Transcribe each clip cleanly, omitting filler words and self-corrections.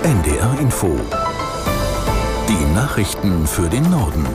NDR Info. Die Nachrichten für den Norden.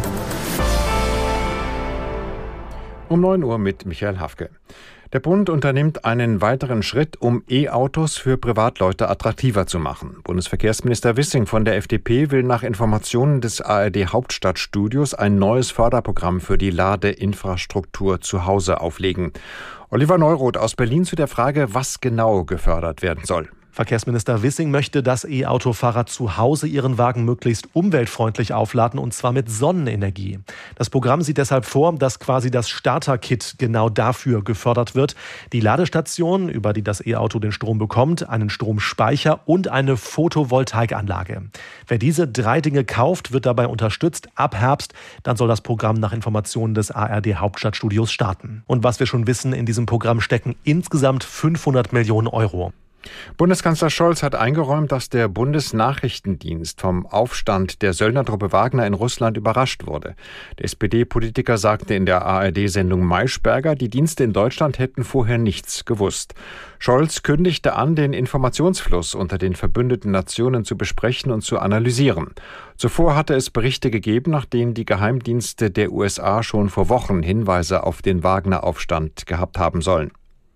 Um 9 Uhr mit Michael Hafke. Der Bund unternimmt einen weiteren Schritt, um E-Autos für Privatleute attraktiver zu machen. Bundesverkehrsminister Wissing von der FDP will nach Informationen des ARD-Hauptstadtstudios ein neues Förderprogramm für die Ladeinfrastruktur zu Hause auflegen. Oliver Neuroth aus Berlin zu der Frage, was genau gefördert werden soll. Verkehrsminister Wissing möchte, dass E-Autofahrer zu Hause ihren Wagen möglichst umweltfreundlich aufladen, und zwar mit Sonnenenergie. Das Programm sieht deshalb vor, dass quasi das Starter-Kit genau dafür gefördert wird. Die Ladestation, über die das E-Auto den Strom bekommt, einen Stromspeicher und eine Photovoltaikanlage. Wer diese 3 Dinge kauft, wird dabei unterstützt. Ab Herbst, dann soll das Programm nach Informationen des ARD-Hauptstadtstudios starten. Und was wir schon wissen, in diesem Programm stecken insgesamt 500 Millionen Euro. Bundeskanzler Scholz hat eingeräumt, dass der Bundesnachrichtendienst vom Aufstand der Söldnertruppe Wagner in Russland überrascht wurde. Der SPD-Politiker sagte in der ARD-Sendung Maischberger, die Dienste in Deutschland hätten vorher nichts gewusst. Scholz kündigte an, den Informationsfluss unter den verbündeten Nationen zu besprechen und zu analysieren. Zuvor hatte es Berichte gegeben, nach denen die Geheimdienste der USA schon vor Wochen Hinweise auf den Wagner-Aufstand gehabt haben sollen.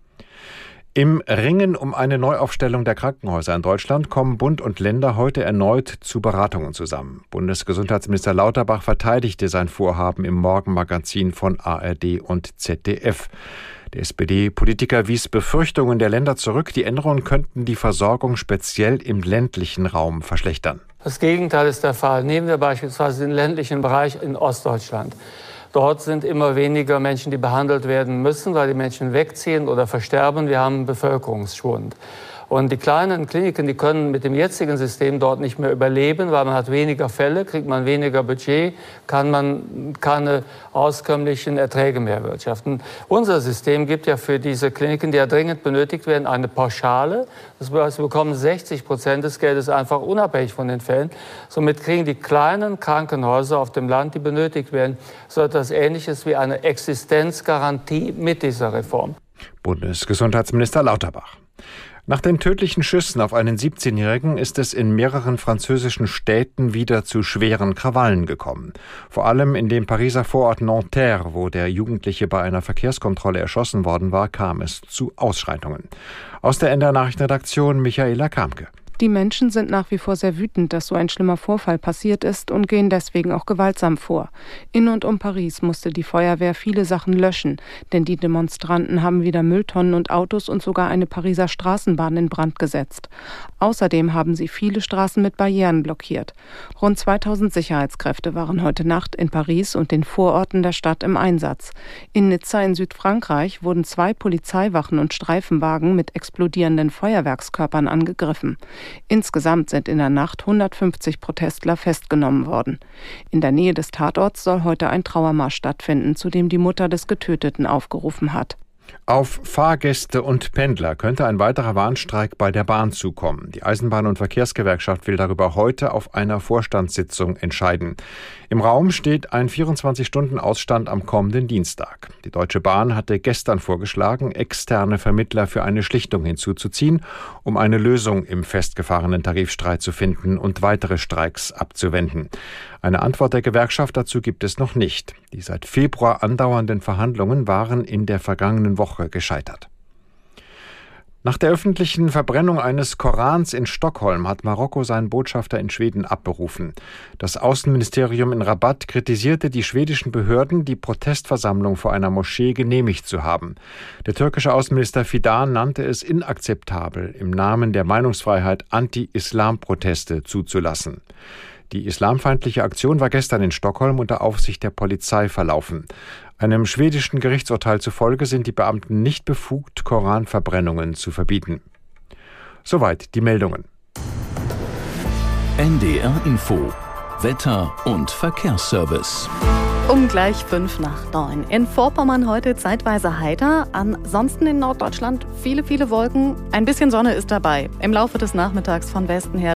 Im Ringen um eine Neuaufstellung der Krankenhäuser in Deutschland kommen Bund und Länder heute erneut zu Beratungen zusammen. Bundesgesundheitsminister Lauterbach verteidigte sein Vorhaben im Morgenmagazin von ARD und ZDF. Der SPD-Politiker wies Befürchtungen der Länder zurück, die Änderungen könnten die Versorgung speziell im ländlichen Raum verschlechtern. Das Gegenteil ist der Fall. Nehmen wir beispielsweise den ländlichen Bereich in Ostdeutschland. Dort sind immer weniger Menschen, die behandelt werden müssen, weil die Menschen wegziehen oder versterben. Wir haben Bevölkerungsschwund. Und die kleinen Kliniken, die können mit dem jetzigen System dort nicht mehr überleben, weil man hat weniger Fälle, kriegt man weniger Budget, kann man keine auskömmlichen Erträge mehr wirtschaften. Unser System gibt ja für diese Kliniken, die ja dringend benötigt werden, eine Pauschale. Das heißt, wir bekommen 60% des Geldes einfach unabhängig von den Fällen. Somit kriegen die kleinen Krankenhäuser auf dem Land, die benötigt werden, so etwas Ähnliches wie eine Existenzgarantie mit dieser Reform. Bundesgesundheitsminister Lauterbach. Nach den tödlichen Schüssen auf einen 17-Jährigen ist es in mehreren französischen Städten wieder zu schweren Krawallen gekommen. Vor allem in dem Pariser Vorort Nanterre, wo der Jugendliche bei einer Verkehrskontrolle erschossen worden war, kam es zu Ausschreitungen. Aus der NDR Nachrichtenredaktion Michaela Kamke. Die Menschen sind nach wie vor sehr wütend, dass so ein schlimmer Vorfall passiert ist, und gehen deswegen auch gewaltsam vor. In und um Paris musste die Feuerwehr viele Sachen löschen, denn die Demonstranten haben wieder Mülltonnen und Autos und sogar eine Pariser Straßenbahn in Brand gesetzt. Außerdem haben sie viele Straßen mit Barrieren blockiert. Rund 2000 Sicherheitskräfte waren heute Nacht in Paris und den Vororten der Stadt im Einsatz. In Nizza in Südfrankreich wurden 2 Polizeiwachen und Streifenwagen mit explodierenden Feuerwerkskörpern angegriffen. Insgesamt sind in der Nacht 150 Protestler festgenommen worden. In der Nähe des Tatorts soll heute ein Trauermarsch stattfinden, zu dem die Mutter des Getöteten aufgerufen hat. Auf Fahrgäste und Pendler könnte ein weiterer Warnstreik bei der Bahn zukommen. Die Eisenbahn- und Verkehrsgewerkschaft will darüber heute auf einer Vorstandssitzung entscheiden. Im Raum steht ein 24-Stunden-Ausstand am kommenden Dienstag. Die Deutsche Bahn hatte gestern vorgeschlagen, externe Vermittler für eine Schlichtung hinzuzuziehen, um eine Lösung im festgefahrenen Tarifstreit zu finden und weitere Streiks abzuwenden. Eine Antwort der Gewerkschaft dazu gibt es noch nicht. Die seit Februar andauernden Verhandlungen waren in der vergangenen Woche gescheitert. Nach der öffentlichen Verbrennung eines Korans in Stockholm hat Marokko seinen Botschafter in Schweden abberufen. Das Außenministerium in Rabat kritisierte die schwedischen Behörden, die Protestversammlung vor einer Moschee genehmigt zu haben. Der türkische Außenminister Fidan nannte es inakzeptabel, im Namen der Meinungsfreiheit Anti-Islam-Proteste zuzulassen. Die islamfeindliche Aktion war gestern in Stockholm unter Aufsicht der Polizei verlaufen. Einem schwedischen Gerichtsurteil zufolge sind die Beamten nicht befugt, Koranverbrennungen zu verbieten. Soweit die Meldungen. NDR Info. Wetter und Verkehrsservice. Um gleich 8:55. In Vorpommern heute zeitweise heiter, ansonsten in Norddeutschland viele Wolken. Ein bisschen Sonne ist dabei. Im Laufe des Nachmittags von Westen her